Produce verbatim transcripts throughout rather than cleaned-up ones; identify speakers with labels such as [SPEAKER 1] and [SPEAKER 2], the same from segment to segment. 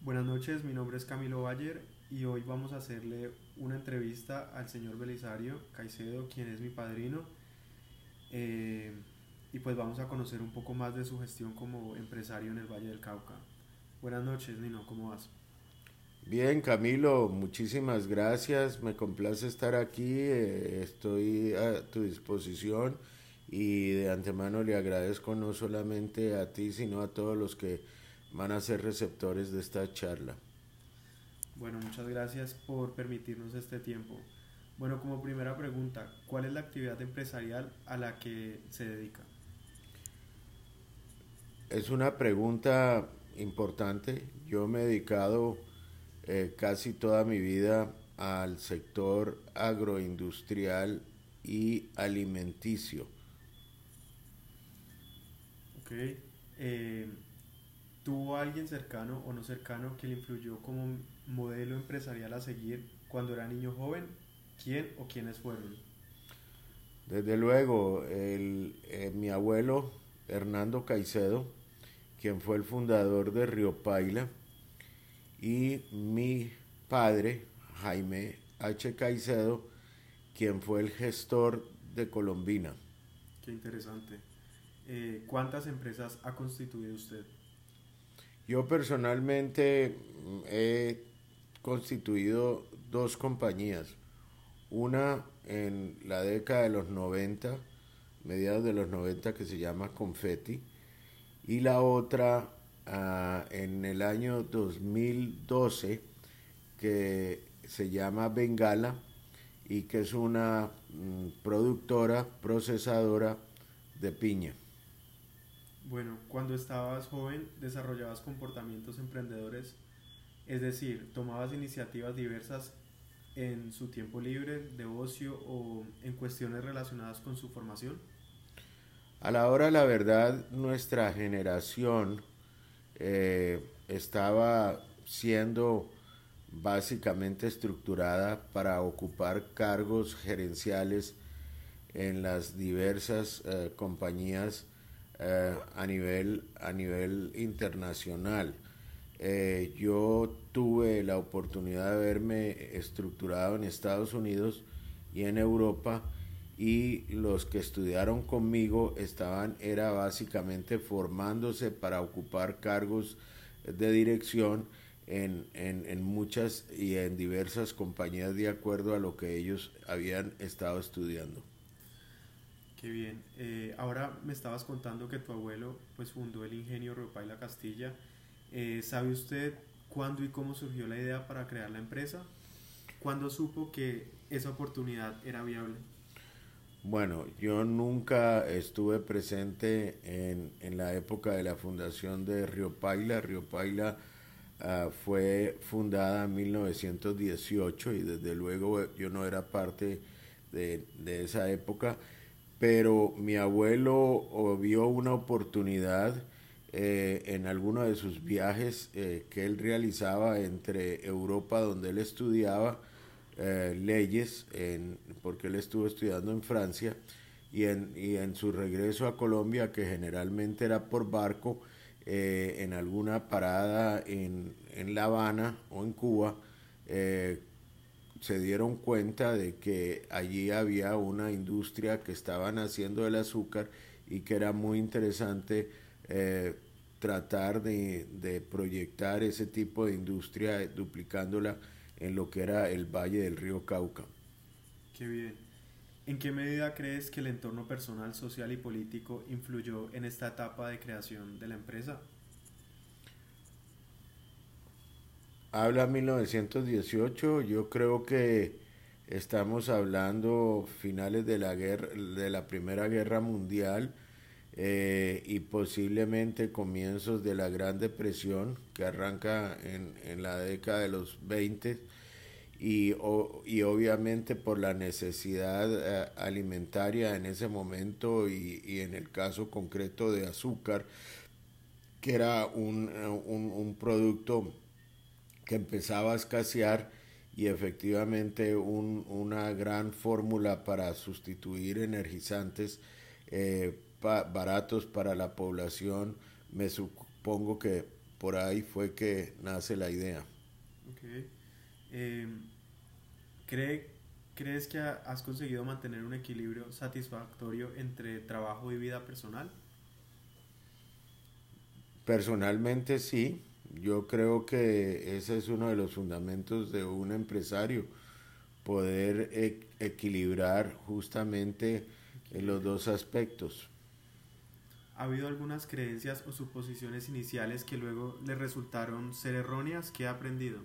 [SPEAKER 1] Buenas noches, mi nombre es Camilo Bayer y hoy vamos a hacerle una entrevista al señor Belisario Caicedo, quien es mi padrino, eh, y pues vamos a conocer un poco más de su gestión como empresario en el Valle del Cauca. Buenas noches, Nino, ¿cómo vas?
[SPEAKER 2] Bien, Camilo, muchísimas gracias. Me complace estar aquí. eh, estoy a tu disposición y de antemano le agradezco no solamente a ti, sino a todos los que van a ser receptores de esta charla.
[SPEAKER 1] Bueno, muchas gracias por permitirnos este tiempo. Bueno, como primera pregunta, ¿cuál es la actividad empresarial a la que se dedica?
[SPEAKER 2] Es una pregunta importante. Yo me he dedicado eh, casi toda mi vida al sector agroindustrial y alimenticio.
[SPEAKER 1] Ok. Eh, ¿Tuvo alguien cercano o no cercano que le influyó como modelo empresarial a seguir cuando era niño joven? ¿Quién o quiénes fueron?
[SPEAKER 2] Desde luego, el, eh, mi abuelo Hernando Caicedo, quien fue el fundador de Río Paila, y mi padre Jaime H. Caicedo, quien fue el gestor de Colombina.
[SPEAKER 1] Qué interesante. Eh, ¿cuántas empresas ha constituido usted?
[SPEAKER 2] Yo personalmente mm, he constituido dos compañías, una en la década de los noventa, mediados de los noventa, que se llama Confetti, y la otra uh, en el año dos mil doce que se llama Bengala y que es una mm, productora, procesadora de piña.
[SPEAKER 1] Bueno, cuando estabas joven desarrollabas comportamientos emprendedores, es decir, tomabas iniciativas diversas en su tiempo libre, de ocio o en cuestiones relacionadas con su formación.
[SPEAKER 2] A la hora, la verdad, nuestra generación eh, estaba siendo básicamente estructurada para ocupar cargos gerenciales en las diversas eh, compañías eh, a, nivel, a nivel internacional. Eh, yo tuve la oportunidad de verme estructurado en Estados Unidos y en Europa, y los que estudiaron conmigo estaban era básicamente formándose para ocupar cargos de dirección en, en, en muchas y en diversas compañías de acuerdo a lo que ellos habían estado estudiando.
[SPEAKER 1] Qué bien. Eh, ahora me estabas contando que tu abuelo pues fundó el Ingenio Riopaila Castilla. Eh, ¿sabe usted cuándo y cómo surgió la idea para crear la empresa? ¿Cuándo supo que esa oportunidad era viable?
[SPEAKER 2] Bueno, yo nunca estuve presente en, en la época de la fundación de Río Paila. Río Paila uh, fue fundada en mil novecientos dieciocho y desde luego yo no era parte de, de esa época, pero mi abuelo oh, vio una oportunidad eh, en alguno de sus viajes eh, que él realizaba entre Europa, donde él estudiaba eh, leyes, en, porque él estuvo estudiando en Francia, y en, y en su regreso a Colombia, que generalmente era por barco, eh, en alguna parada en, en La Habana o en Cuba, eh, se dieron cuenta de que allí había una industria que estaban haciendo el azúcar y que era muy interesante eh, tratar de, de proyectar ese tipo de industria eh, duplicándola en lo que era el valle del río Cauca.
[SPEAKER 1] Qué bien. ¿En qué medida crees que el entorno personal, social y político influyó en esta etapa de creación de la empresa?
[SPEAKER 2] Habla mil novecientos dieciocho, yo creo que estamos hablando finales de la guerra, de la Primera Guerra Mundial, eh, y posiblemente comienzos de la Gran Depresión, que arranca en, en la década de los veinte, y, o, y obviamente por la necesidad eh, alimentaria en ese momento, y, y en el caso concreto de azúcar, que era un, un, un producto que empezaba a escasear, y efectivamente un, una gran fórmula para sustituir energizantes eh, pa, baratos para la población, me supongo que por ahí fue que nace la idea.
[SPEAKER 1] Okay. Eh, ¿cree, ¿Crees que ha- has conseguido mantener un equilibrio satisfactorio entre trabajo y vida personal?
[SPEAKER 2] Personalmente sí, yo creo que ese es uno de los fundamentos de un empresario, poder e- equilibrar justamente en los
[SPEAKER 1] Equilibrio.
[SPEAKER 2] dos aspectos.
[SPEAKER 1] ¿Ha habido algunas creencias o suposiciones iniciales que luego le resultaron ser erróneas? ¿Qué ha aprendido?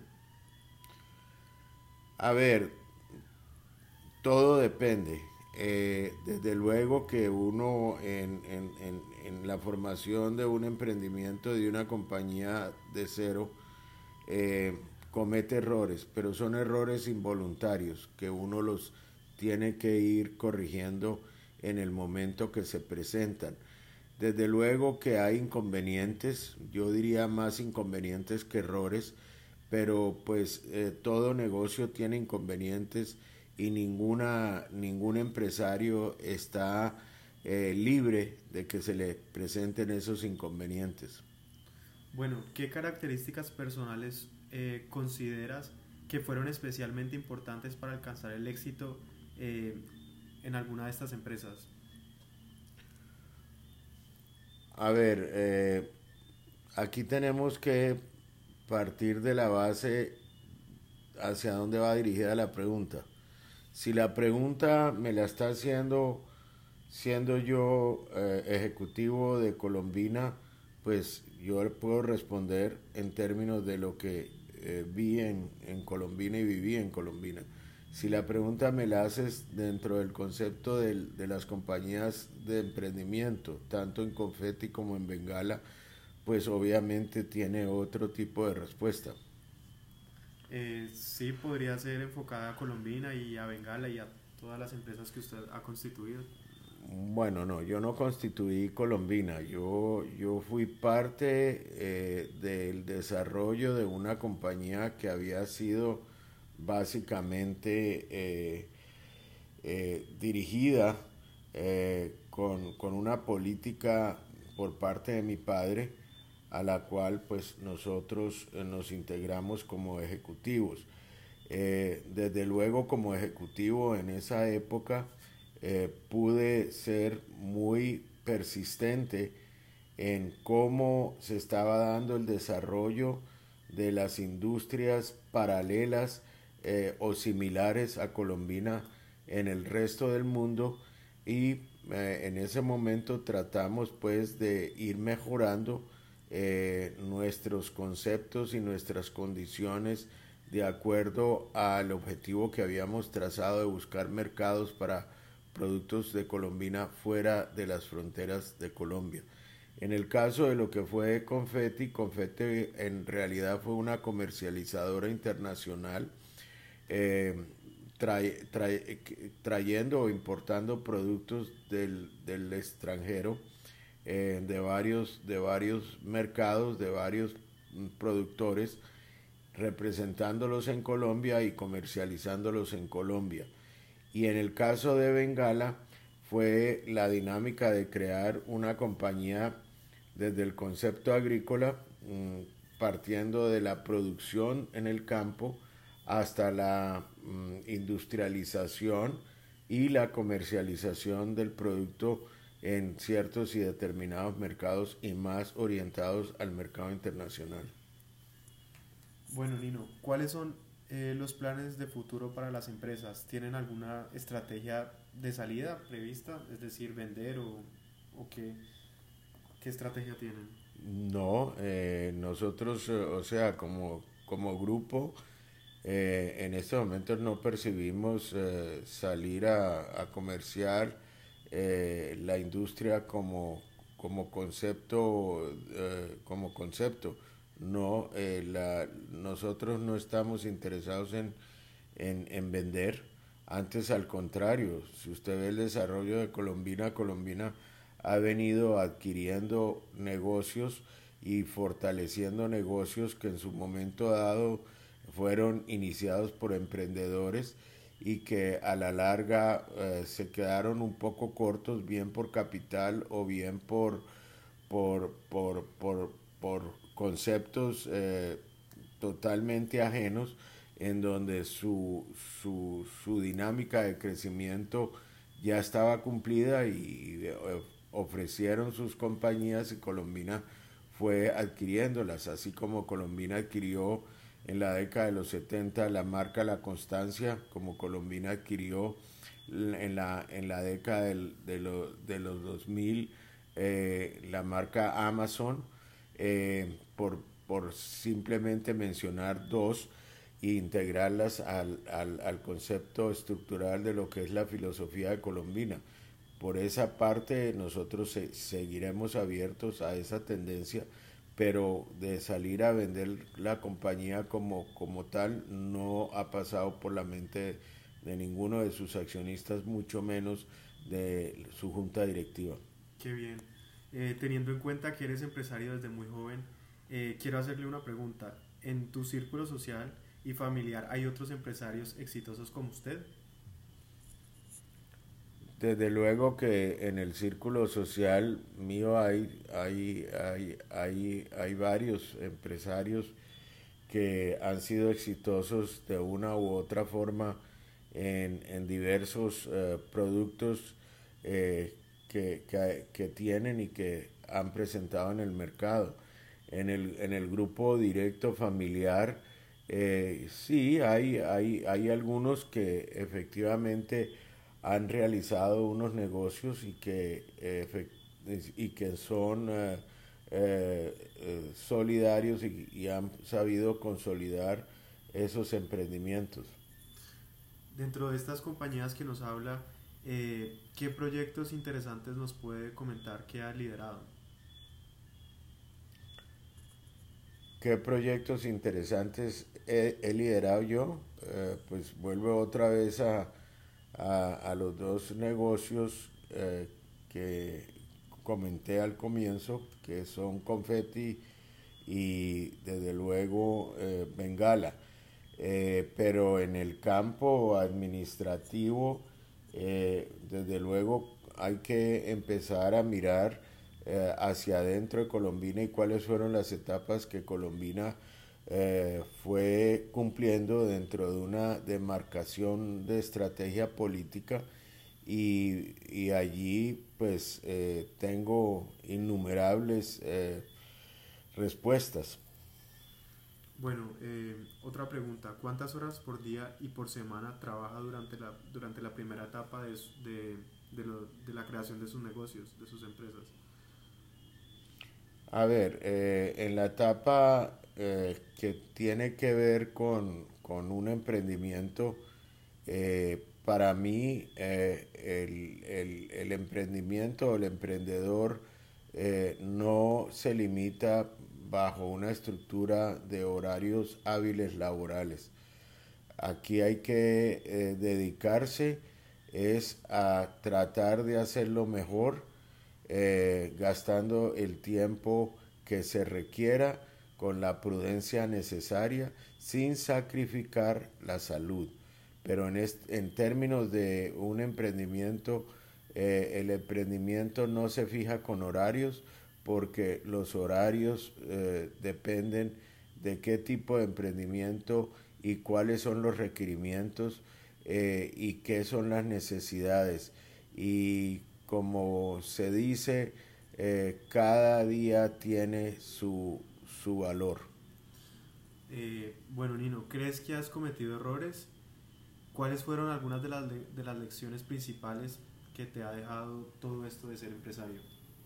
[SPEAKER 2] A ver, todo depende. Eh, desde luego que uno en, en, en, en la formación de un emprendimiento, de una compañía de cero, eh, comete errores, pero son errores involuntarios que uno los tiene que ir corrigiendo en el momento que se presentan. Desde luego que hay inconvenientes, yo diría más inconvenientes que errores, pero pues eh, todo negocio tiene inconvenientes y ninguna, ningún empresario está eh, libre de que se le presenten esos inconvenientes.
[SPEAKER 1] Bueno, ¿qué características personales eh, consideras que fueron especialmente importantes para alcanzar el éxito eh, en alguna de estas empresas?
[SPEAKER 2] A ver, eh, aquí tenemos que partir de la base hacia dónde va dirigida la pregunta. Si la pregunta me la está haciendo siendo yo eh, ejecutivo de Colombina, pues yo le puedo responder en términos de lo que eh, vi en, en Colombina y viví en Colombina. Si la pregunta me la haces dentro del concepto del, de las compañías de emprendimiento, tanto en Confetti como en Bengala, pues obviamente tiene otro tipo de respuesta.
[SPEAKER 1] Eh, sí, podría ser enfocada a Colombina y a Bengala y a todas las empresas que usted ha constituido.
[SPEAKER 2] Bueno, no, yo no constituí Colombina, yo, yo fui parte eh, del desarrollo de una compañía que había sido básicamente eh, eh, dirigida eh, con, con una política por parte de mi padre, a la cual pues nosotros eh, nos integramos como ejecutivos. Eh, desde luego como ejecutivo en esa época eh, pude ser muy persistente en cómo se estaba dando el desarrollo de las industrias paralelas eh, o similares a Colombina en el resto del mundo y eh, en ese momento tratamos pues de ir mejorando eh, nuestros conceptos y nuestras condiciones de acuerdo al objetivo que habíamos trazado de buscar mercados para productos de Colombina fuera de las fronteras de Colombia. En el caso de lo que fue Confetti, Confetti en realidad fue una comercializadora internacional eh, trae, trae, trayendo o importando productos del, del extranjero eh, de, varios, de varios mercados, de varios productores, representándolos en Colombia y comercializándolos en Colombia. Y en el caso de Bengala fue la dinámica de crear una compañía desde el concepto agrícola, mmm, partiendo de la producción en el campo hasta la mmm, industrialización y la comercialización del producto en ciertos y determinados mercados y más orientados al mercado internacional.
[SPEAKER 1] Bueno, Nino, ¿cuáles son eh, los planes de futuro para las empresas? ¿Tienen alguna estrategia de salida prevista? Es decir, vender o, o qué, qué estrategia tienen.
[SPEAKER 2] No, eh, nosotros, eh, o sea, como, como grupo, eh, en estos momentos no percibimos eh, salir a, a comerciar eh, la industria como, como concepto, eh, como concepto. No, eh, la, nosotros no estamos interesados en, en, en vender. Antes, al contrario, si usted ve el desarrollo de Colombina, Colombina ha venido adquiriendo negocios y fortaleciendo negocios que en su momento dado fueron iniciados por emprendedores y que a la larga eh, se quedaron un poco cortos, bien por capital o bien por, por, por, por, por conceptos eh, totalmente ajenos, en donde su, su, su dinámica de crecimiento ya estaba cumplida y eh, ofrecieron sus compañías y Colombina fue adquiriéndolas, así como Colombina adquirió en la década de los setenta la marca La Constancia, como Colombina adquirió en la, en la década del, de, lo, de los dos mil eh, la marca Amazon, eh, por, por simplemente mencionar dos e integrarlas al, al, al concepto estructural de lo que es la filosofía de Colombina. Por esa parte nosotros se, seguiremos abiertos a esa tendencia, pero de salir a vender la compañía como, como tal no ha pasado por la mente de, de ninguno de sus accionistas, mucho menos de su junta directiva.
[SPEAKER 1] Qué bien. Eh, teniendo en cuenta que eres empresario desde muy joven, eh, quiero hacerle una pregunta. ¿En tu círculo social y familiar hay otros empresarios exitosos como usted?
[SPEAKER 2] Desde luego que en el círculo social mío hay, hay, hay, hay, hay varios empresarios que han sido exitosos de una u otra forma en, en diversos eh, productos eh, que, que, que tienen y que han presentado en el mercado. En el, en el grupo directo familiar, eh, sí, hay, hay, hay algunos que efectivamente han realizado unos negocios y que, eh, y que son eh, eh, eh, solidarios y, y han sabido consolidar esos emprendimientos.
[SPEAKER 1] Dentro de estas compañías que nos habla, eh, ¿qué proyectos interesantes nos puede comentar que ha liderado?
[SPEAKER 2] ¿Qué proyectos interesantes he, he liderado yo? Eh, pues vuelvo otra vez a, a, a los dos negocios eh, que comenté al comienzo, que son Confetti y desde luego eh, Bengala. Eh, pero en el campo administrativo, eh, desde luego hay que empezar a mirar eh, hacia adentro de Colombina y cuáles fueron las etapas que Colombina eh, fue cumpliendo dentro de una demarcación de estrategia política y, y allí pues eh, tengo innumerables eh, respuestas.
[SPEAKER 1] Bueno, eh, otra pregunta. ¿Cuántas horas por día y por semana trabaja durante la, durante la primera etapa de, de, de, lo, de la creación de sus negocios, de sus empresas?
[SPEAKER 2] A ver, eh, en la etapa eh, que tiene que ver con, con un emprendimiento, eh, para mí eh, el, el, el emprendimiento o el emprendedor eh, no se limita bajo una estructura de horarios hábiles laborales. Aquí hay que eh, dedicarse es a tratar de hacerlo mejor, eh, gastando el tiempo que se requiera con la prudencia necesaria, sin sacrificar la salud. Pero en, este, en términos de un emprendimiento, eh, el emprendimiento no se fija con horarios, porque los horarios eh, dependen de qué tipo de emprendimiento y cuáles son los requerimientos eh, y qué son las necesidades. Y como se dice, eh, cada día tiene su, su valor.
[SPEAKER 1] Eh, bueno, Nino, ¿crees que has cometido errores? ¿Cuáles fueron algunas de las, le de las lecciones principales que te ha dejado todo esto de ser empresario?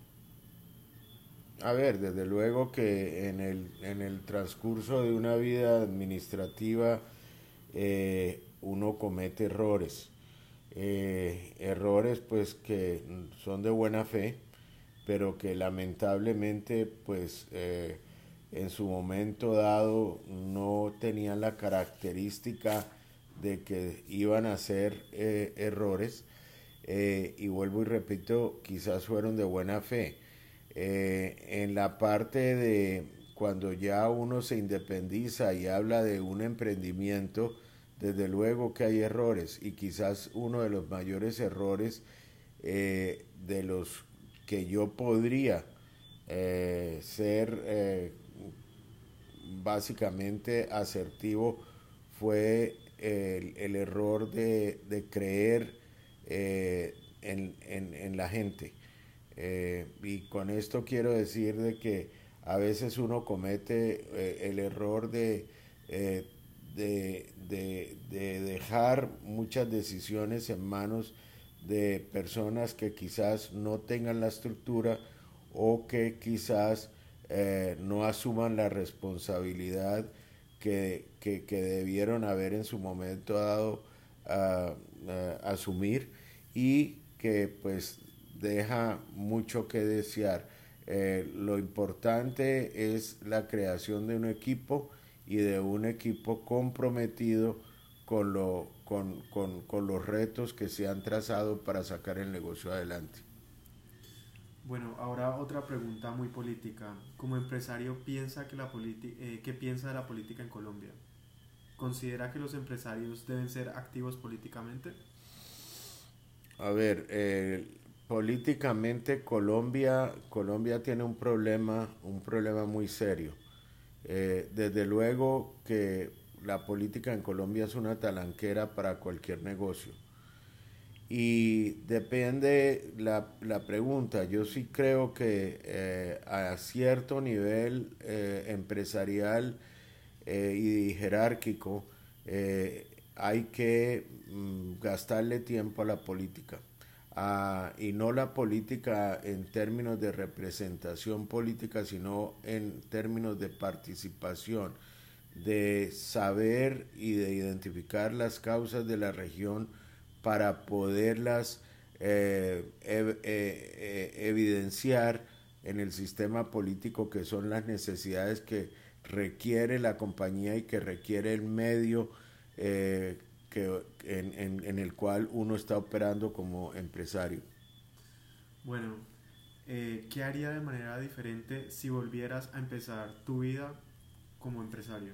[SPEAKER 2] A ver, desde luego que en el, en el transcurso de una vida administrativa eh, uno comete errores. Eh, errores pues que son de buena fe, pero que lamentablemente pues eh, en su momento dado no tenían la característica de que iban a ser eh, errores, eh, y vuelvo y repito, quizás fueron de buena fe. Eh, en la parte de cuando ya uno se independiza y habla de un emprendimiento, desde luego que hay errores y quizás uno de los mayores errores eh, de los que yo podría eh, ser eh, básicamente asertivo fue el, el error de, de creer eh, en, en, en la gente. Eh, y con esto quiero decir de que a veces uno comete eh, el error de, eh, de, de, de dejar muchas decisiones en manos de personas que quizás no tengan la estructura o que quizás eh, no asuman la responsabilidad que, que, que debieron haber en su momento dado a, a asumir, y que pues deja mucho que desear. Eh, lo importante es la creación de un equipo y de un equipo comprometido con, lo, con, con, con los retos que se han trazado para sacar el negocio adelante.
[SPEAKER 1] Bueno, ahora otra pregunta muy política. Como empresario, ¿piensa que la politi- eh, ¿qué piensa de la política en Colombia? ¿Considera que los empresarios deben ser activos políticamente?
[SPEAKER 2] A ver, eh, políticamente Colombia, Colombia tiene un problema, un problema muy serio. Eh, desde luego que la política en Colombia es una talanquera para cualquier negocio. Y depende la, la pregunta. Yo sí creo que eh, a cierto nivel eh, empresarial eh, y jerárquico eh, hay que mm, gastarle tiempo a la política. Ah, y no la política en términos de representación política, sino en términos de participación, de saber y de identificar las causas de la región para poderlas eh, ev- eh, eh, evidenciar en el sistema político, que son las necesidades que requiere la compañía y que requiere el medio eh, que, en, en, en el cual uno está operando como empresario.
[SPEAKER 1] Bueno, eh, ¿qué haría de manera diferente si volvieras a empezar tu vida como empresario?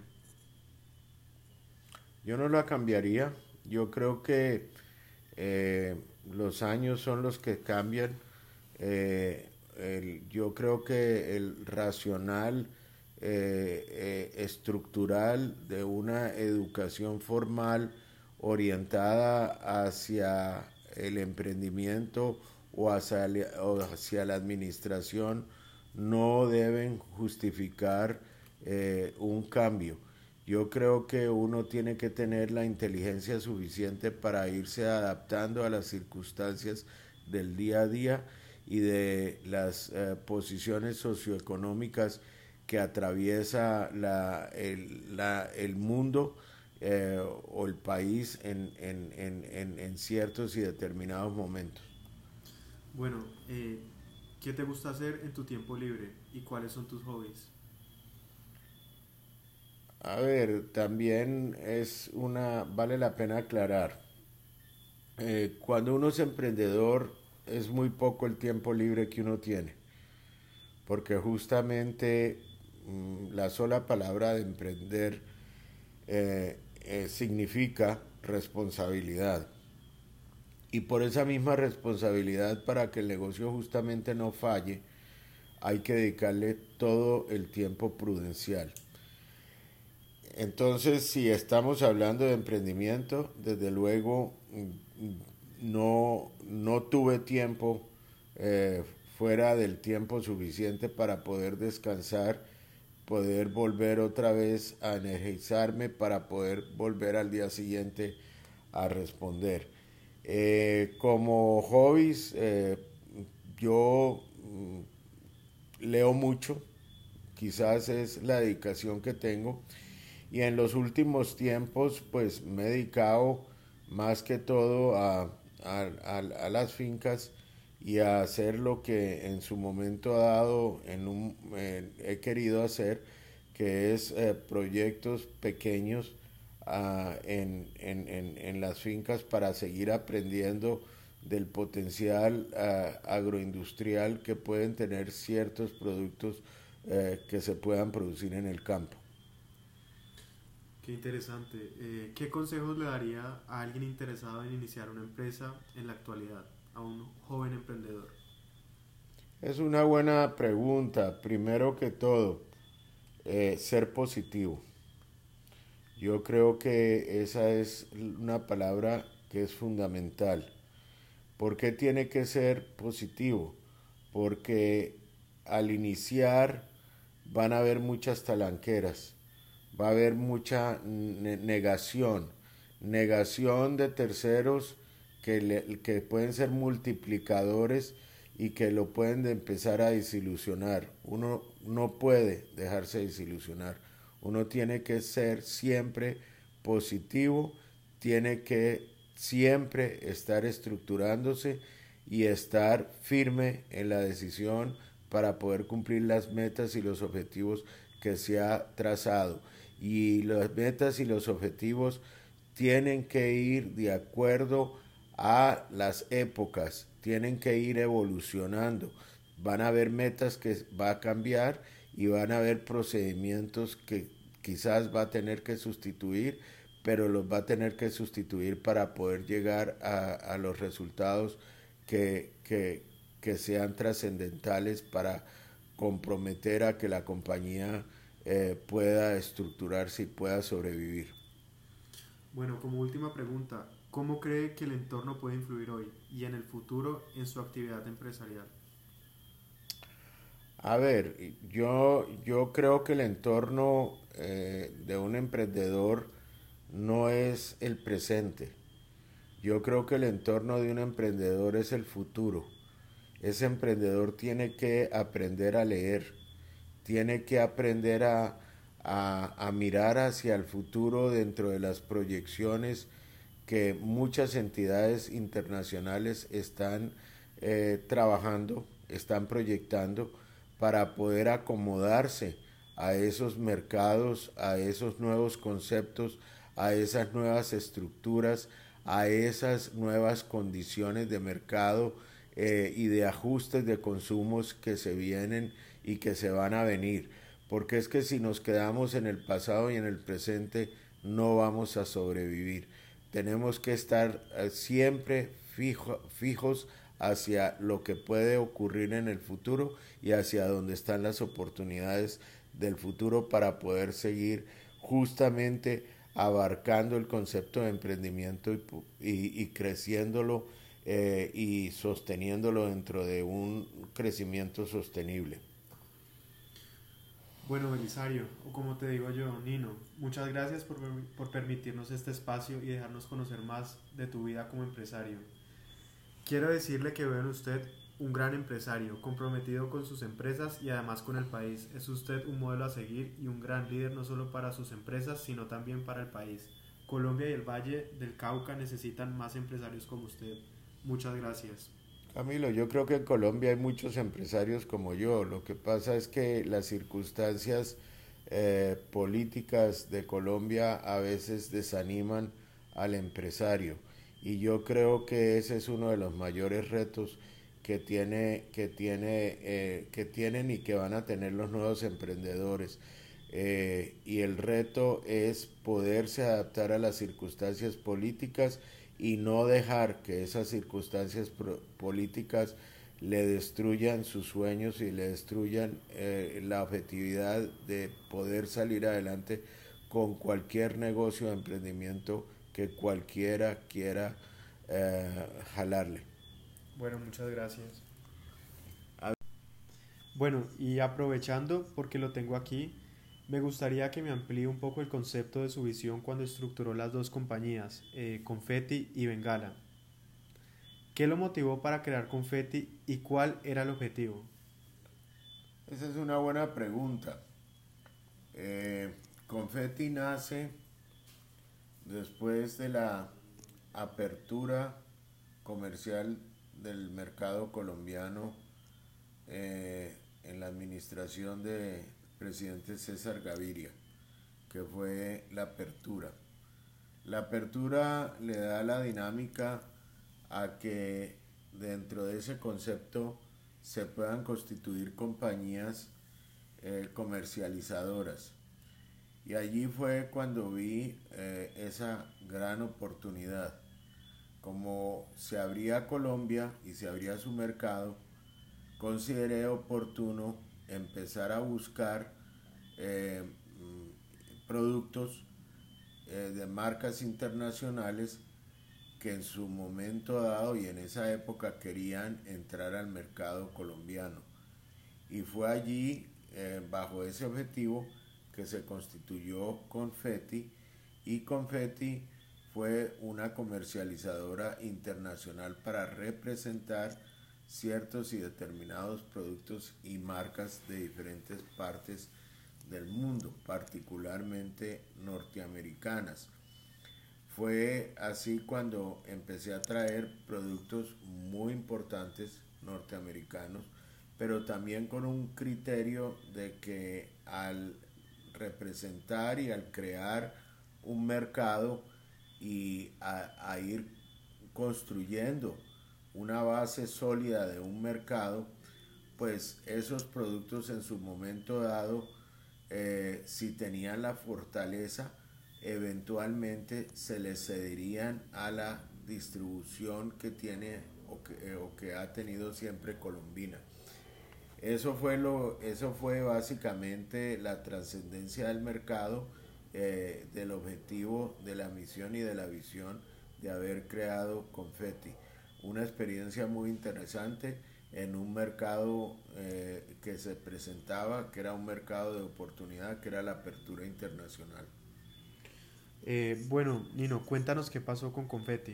[SPEAKER 2] Yo no la cambiaría. Yo creo que eh, los años son los que cambian. Eh, el, yo creo que el racional eh, eh, estructural de una educación formal orientada hacia el emprendimiento o hacia, o hacia la administración no deben justificar eh, un cambio. Yo creo que uno tiene que tener la inteligencia suficiente para irse adaptando a las circunstancias del día a día y de las eh, posiciones socioeconómicas que atraviesa la, el, la, el mundo eh, o el país en, en, en, en, en ciertos y determinados momentos.
[SPEAKER 1] Bueno, eh, ¿qué te gusta hacer en tu tiempo libre y cuáles son tus hobbies?
[SPEAKER 2] A ver, también es una, vale la pena aclarar, eh, cuando uno es emprendedor es muy poco el tiempo libre que uno tiene, porque justamente mmm, la sola palabra de emprender eh, eh, significa responsabilidad. Y por esa misma responsabilidad, para que el negocio justamente no falle, hay que dedicarle todo el tiempo prudencial. Entonces, si estamos hablando de emprendimiento, desde luego no, no tuve tiempo eh, fuera del tiempo suficiente para poder descansar, poder volver otra vez a energizarme para poder volver al día siguiente a responder. Eh, como hobbies, eh, yo mm, leo mucho, quizás es la dedicación que tengo, y en los últimos tiempos pues me he dedicado más que todo a, a, a, a las fincas y a hacer lo que en su momento dado en un, eh, he querido hacer, que es eh, proyectos pequeños uh, en, en, en, en las fincas para seguir aprendiendo del potencial uh, agroindustrial que pueden tener ciertos productos uh, que se puedan producir en el campo.
[SPEAKER 1] Qué interesante. Eh, ¿qué consejos le daría a alguien interesado en iniciar una empresa en la actualidad, a un joven emprendedor?
[SPEAKER 2] Es una buena pregunta. Primero que todo, eh, ser positivo. Yo creo que esa es una palabra que es fundamental. ¿Por qué tiene que ser positivo? Porque al iniciar van a haber muchas talanqueras, va a haber mucha ne- negación, negación de terceros que, le- que pueden ser multiplicadores y que lo pueden de empezar a desilusionar. Uno no puede dejarse desilusionar. Uno tiene que ser siempre positivo, tiene que siempre estar estructurándose y estar firme en la decisión para poder cumplir las metas y los objetivos que se ha trazado. Y las metas y los objetivos tienen que ir de acuerdo a las épocas, tienen que ir evolucionando. Van a haber metas que va a cambiar y van a haber procedimientos que quizás va a tener que sustituir, pero los va a tener que sustituir para poder llegar a, a los resultados que, que, que sean trascendentales para comprometer a que la compañía eh, pueda estructurarse y pueda sobrevivir.
[SPEAKER 1] Bueno, como última pregunta, ¿cómo cree que el entorno puede influir hoy y en el futuro en su actividad empresarial?
[SPEAKER 2] A ver, yo, yo creo que el entorno eh, de un emprendedor no es el presente. Yo creo que el entorno de un emprendedor es el futuro. Ese emprendedor tiene que aprender a leer, tiene que aprender a, a, a mirar hacia el futuro dentro de las proyecciones que muchas entidades internacionales están eh, trabajando, están proyectando para poder acomodarse a esos mercados, a esos nuevos conceptos, a esas nuevas estructuras, a esas nuevas condiciones de mercado eh, y de ajustes de consumos que se vienen y que se van a venir. Porque es que si nos quedamos en el pasado y en el presente, no vamos a sobrevivir. Tenemos que estar eh, siempre fijo, fijos hacia lo que puede ocurrir en el futuro y hacia dónde están las oportunidades del futuro para poder seguir justamente abarcando el concepto de emprendimiento y, y, y creciéndolo eh, y sosteniéndolo dentro de un crecimiento sostenible.
[SPEAKER 1] Bueno, Belisario, o como te digo yo, Nino, muchas gracias por, por permitirnos este espacio y dejarnos conocer más de tu vida como empresario. Quiero decirle que veo en usted un gran empresario, comprometido con sus empresas y además con el país. Es usted un modelo a seguir y un gran líder no solo para sus empresas, sino también para el país. Colombia y el Valle del Cauca necesitan más empresarios como usted. Muchas gracias.
[SPEAKER 2] Camilo, yo creo que en Colombia hay muchos empresarios como yo. Lo que pasa es que las circunstancias eh, políticas de Colombia a veces desaniman al empresario. Y yo creo que ese es uno de los mayores retos que tiene, que tiene, eh, que tienen y que van a tener los nuevos emprendedores. Eh, y el reto es poderse adaptar a las circunstancias políticas y no dejar que esas circunstancias políticas le destruyan sus sueños y le destruyan eh, la objetividad de poder salir adelante con cualquier negocio o emprendimiento que cualquiera quiera eh, jalarle.
[SPEAKER 1] Bueno, muchas gracias. Bueno, y aprovechando porque lo tengo aquí, me gustaría que me amplíe un poco el concepto de su visión cuando estructuró las dos compañías, eh, Confetti y Bengala. ¿Qué lo motivó para crear Confetti y cuál era el objetivo?
[SPEAKER 2] Esa es una buena pregunta. Eh, Confetti nace después de la apertura comercial del mercado colombiano eh, en la administración del presidente César Gaviria, que fue la apertura. La apertura le da la dinámica a que dentro de ese concepto se puedan constituir compañías eh, comercializadoras. Y allí fue cuando vi eh, esa gran oportunidad. Como se abría Colombia y se abría su mercado, consideré oportuno empezar a buscar eh, mm, productos eh, de marcas internacionales que en su momento dado y en esa época querían entrar al mercado colombiano. Y fue allí, eh, bajo ese objetivo, que se constituyó Confetti, y Confetti fue una comercializadora internacional para representar ciertos y determinados productos y marcas de diferentes partes del mundo, particularmente norteamericanas. Fue así cuando empecé a traer productos muy importantes norteamericanos, pero también con un criterio de que al representar y al crear un mercado y a, a ir construyendo una base sólida de un mercado, pues esos productos en su momento dado, eh, si tenían la fortaleza, eventualmente se les cederían a la distribución que tiene o que, eh, o que ha tenido siempre Colombina. Eso fue, lo, eso fue básicamente la trascendencia del mercado, eh, del objetivo, de la misión y de la visión de haber creado Confetti. Una experiencia muy interesante en un mercado eh, que se presentaba, que era un mercado de oportunidad, que era la apertura internacional.
[SPEAKER 1] Eh, bueno, Nino, cuéntanos qué pasó con Confetti.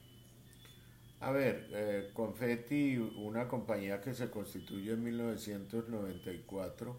[SPEAKER 2] A ver, eh, Confetti, una compañía que se constituyó en mil novecientos noventa y cuatro,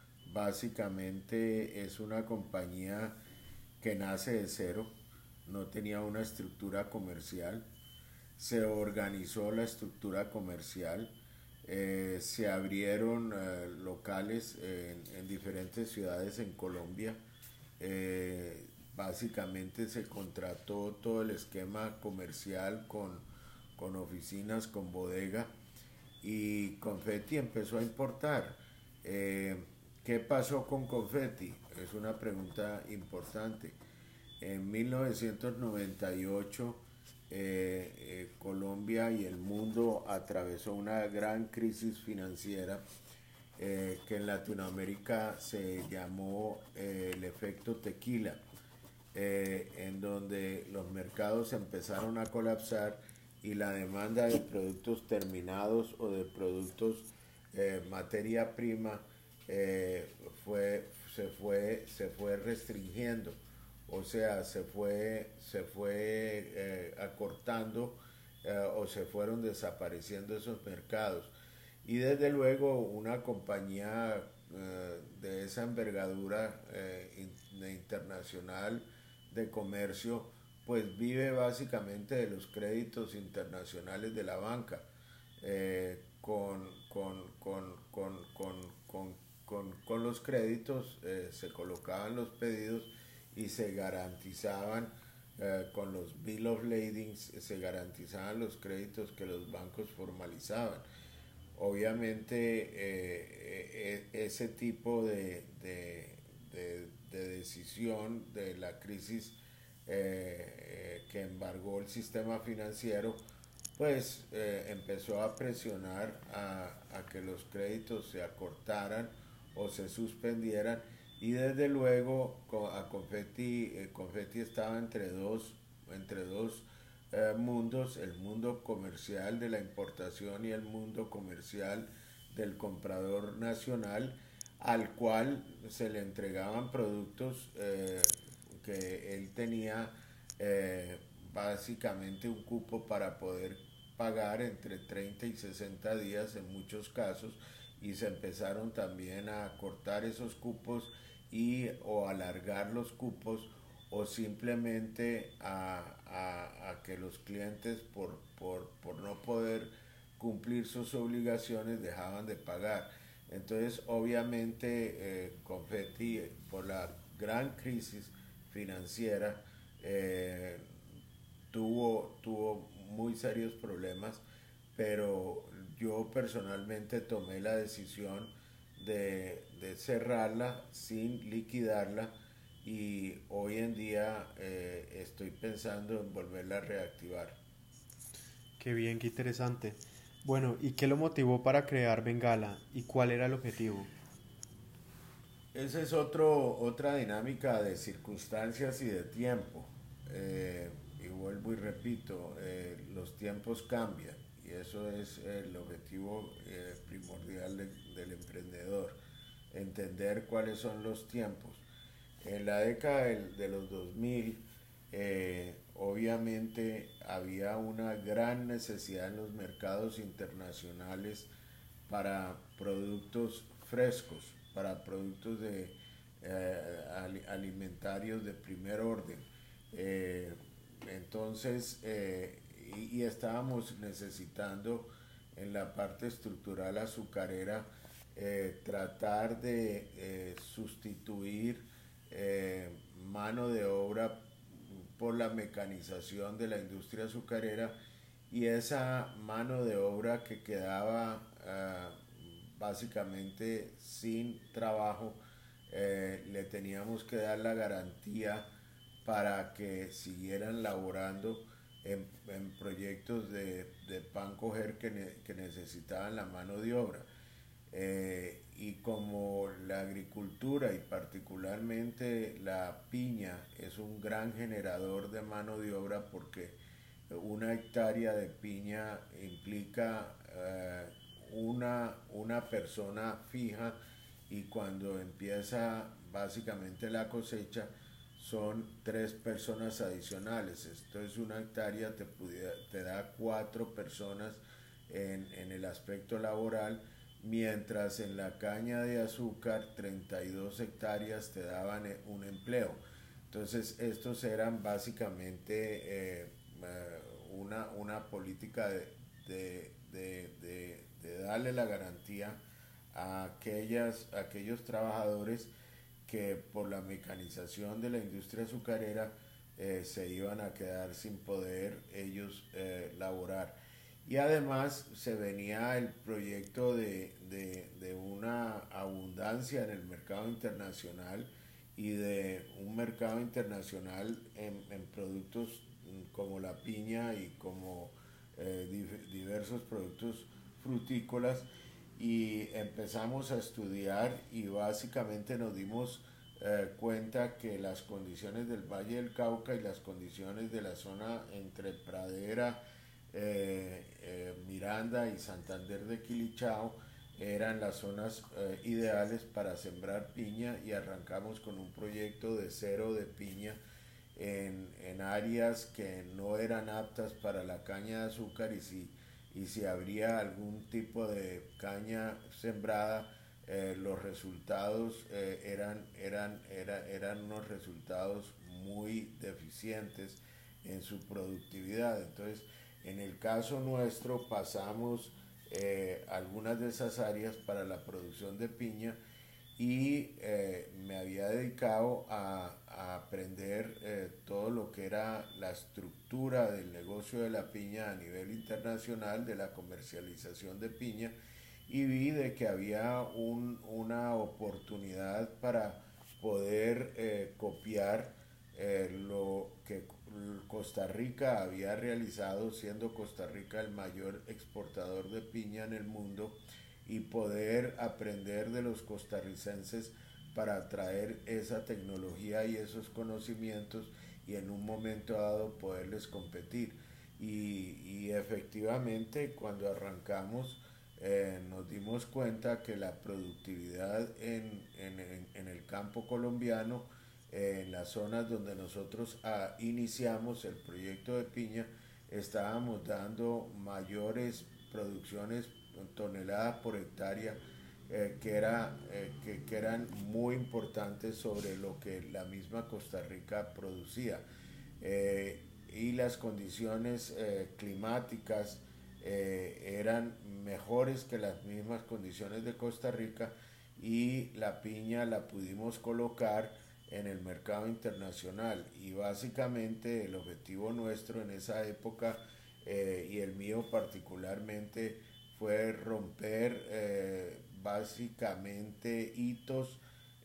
[SPEAKER 2] básicamente es una compañía que nace de cero, no tenía una estructura comercial, se organizó la estructura comercial, eh, se abrieron eh, locales en, en diferentes ciudades en Colombia, eh, básicamente se contrató todo el esquema comercial con, con oficinas, con bodega, y Confetti empezó a importar. Eh, ¿Qué pasó con Confetti? Es una pregunta importante. En mil novecientos noventa y ocho eh, eh, Colombia y el mundo atravesó una gran crisis financiera eh, que en Latinoamérica se llamó eh, el efecto tequila, eh, en donde los mercados empezaron a colapsar y la demanda de productos terminados o de productos eh, materia prima eh, fue, se, fue, se fue restringiendo, o sea, se fue, se fue eh, acortando eh, o se fueron desapareciendo esos mercados. Y desde luego una compañía eh, de esa envergadura eh, in, de internacional de comercio, pues vive básicamente de los créditos internacionales de la banca, eh, con, con, con, con, con, con, con, con los créditos eh, se colocaban los pedidos y se garantizaban eh, con los bill of ladings, se garantizaban los créditos que los bancos formalizaban. Obviamente eh, eh, ese tipo de, de, de, de decisión de la crisis eh, que embargó el sistema financiero, pues eh, empezó a presionar a, a que los créditos se acortaran o se suspendieran, y desde luego a Confetti, eh, Confetti estaba entre dos, entre dos eh, mundos, el mundo comercial de la importación y el mundo comercial del comprador nacional, al cual se le entregaban productos eh, que él tenía eh, básicamente un cupo para poder pagar entre treinta y sesenta días en muchos casos, y se empezaron también a cortar esos cupos y o alargar los cupos, o simplemente a, a, a que los clientes por, por, por no poder cumplir sus obligaciones dejaban de pagar. Entonces obviamente eh, Confetti, por la gran crisis financiera, eh, tuvo, tuvo muy serios problemas, pero yo personalmente tomé la decisión de, de cerrarla sin liquidarla, y hoy en día eh, estoy pensando en volverla a reactivar.
[SPEAKER 1] Qué bien, qué interesante. Bueno, ¿y qué lo motivó para crear Bengala? ¿Y cuál era el objetivo?
[SPEAKER 2] esa es otro, otra dinámica de circunstancias y de tiempo. Eh, y vuelvo y repito, eh, los tiempos cambian y eso es el objetivo eh, primordial de, del emprendedor, entender cuáles son los tiempos. En la década del, de los dos mil, eh, obviamente había una gran necesidad en los mercados internacionales para productos frescos, para productos de, eh, alimentarios de primer orden. Eh, entonces, eh, y, y estábamos necesitando en la parte estructural azucarera eh, tratar de eh, sustituir eh, mano de obra por la mecanización de la industria azucarera y esa mano de obra que quedaba uh, básicamente sin trabajo, eh, le teníamos que dar la garantía para que siguieran laborando en, en proyectos de, de pan coger que, ne, que necesitaban la mano de obra. Eh, y como la agricultura y particularmente la piña es un gran generador de mano de obra porque una hectárea de piña implica eh, una, una persona fija y cuando empieza básicamente la cosecha son tres personas adicionales. Entonces una hectárea te, pudiera, te da cuatro personas en, en el aspecto laboral, mientras en la caña de azúcar treinta y dos hectáreas te daban un empleo. Entonces estos eran básicamente eh, una, una política de, de, de, de, de darle la garantía a, aquellas, a aquellos trabajadores que por la mecanización de la industria azucarera eh, se iban a quedar sin poder ellos eh, laborar. Y además se venía el proyecto de, de, de una abundancia en el mercado internacional y de un mercado internacional en, en productos como la piña y como eh, diversos productos frutícolas, y empezamos a estudiar y básicamente nos dimos eh, cuenta que las condiciones del Valle del Cauca y las condiciones de la zona entre Pradera, eh, eh, Miranda y Santander de Quilichao eran las zonas eh, ideales para sembrar piña, y arrancamos con un proyecto de cero de piña en, en áreas que no eran aptas para la caña de azúcar, y si, y si habría algún tipo de caña sembrada, eh, los resultados eh, eran, eran, era, eran unos resultados muy deficientes en su productividad. Entonces, en el caso nuestro pasamos eh, algunas de esas áreas para la producción de piña y eh, me había dedicado a, a aprender eh, todo lo que era la estructura del negocio de la piña a nivel internacional, de la comercialización de piña, y vi de que había un, una oportunidad para poder eh, copiar eh, lo que Costa Rica había realizado, siendo Costa Rica el mayor exportador de piña en el mundo, y poder aprender de los costarricenses para traer esa tecnología y esos conocimientos y en un momento dado poderles competir. Y, y efectivamente cuando arrancamos eh, nos dimos cuenta que la productividad en, en, en, en el campo colombiano, eh, en las zonas donde nosotros ah, iniciamos el proyecto de piña, estábamos dando mayores producciones toneladas por hectárea, eh, que, era, eh, que, que eran muy importantes sobre lo que la misma Costa Rica producía. Eh, y las condiciones eh, climáticas eh, eran mejores que las mismas condiciones de Costa Rica, y la piña la pudimos colocar en el mercado internacional. Y básicamente el objetivo nuestro en esa época, eh, y el mío particularmente, fue romper eh, básicamente hitos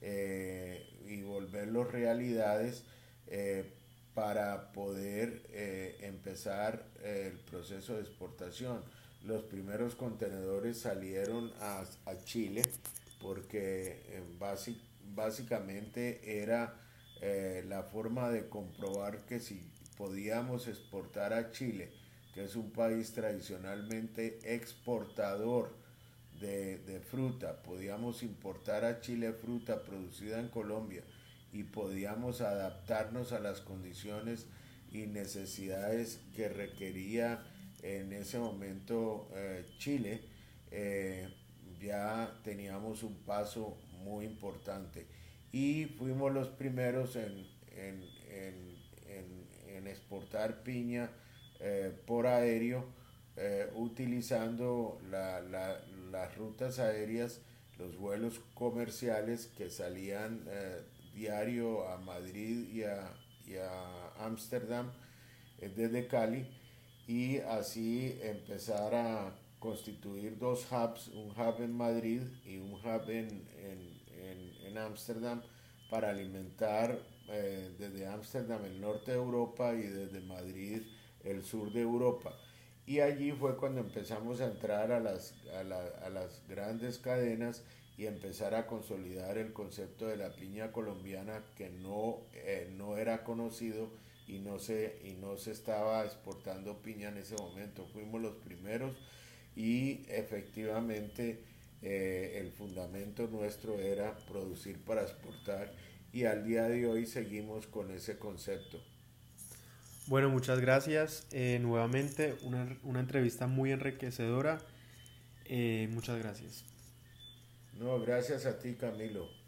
[SPEAKER 2] eh, y volverlos realidades, eh, para poder eh, empezar eh, el proceso de exportación. Los primeros contenedores salieron a, a Chile porque eh, basic, básicamente era eh, la forma de comprobar que si podíamos exportar a Chile, que es un país tradicionalmente exportador de, de fruta, podíamos importar a Chile fruta producida en Colombia y podíamos adaptarnos a las condiciones y necesidades que requería en ese momento eh, Chile, eh, ya teníamos un paso muy importante y fuimos los primeros en, en, en, en, en exportar piña eh, por aéreo, eh, utilizando la, la, las rutas aéreas, los vuelos comerciales que salían eh, diario a Madrid y a y a Ámsterdam eh, desde Cali, y así empezar a constituir dos hubs, un hub en Madrid y un hub en en Ámsterdam, para alimentar eh, desde Ámsterdam el norte de Europa y desde Madrid el sur de Europa. Y allí fue cuando empezamos a entrar a las, a, la, a las grandes cadenas y empezar a consolidar el concepto de la piña colombiana, que no, eh, no era conocido y no, se, y no se estaba exportando piña en ese momento. Fuimos los primeros y efectivamente eh, el fundamento nuestro era producir para exportar, y al día de hoy seguimos con ese concepto.
[SPEAKER 1] Bueno, muchas gracias. Eh, nuevamente una, una entrevista muy enriquecedora. Eh, muchas gracias.
[SPEAKER 2] No, gracias a ti, Camilo.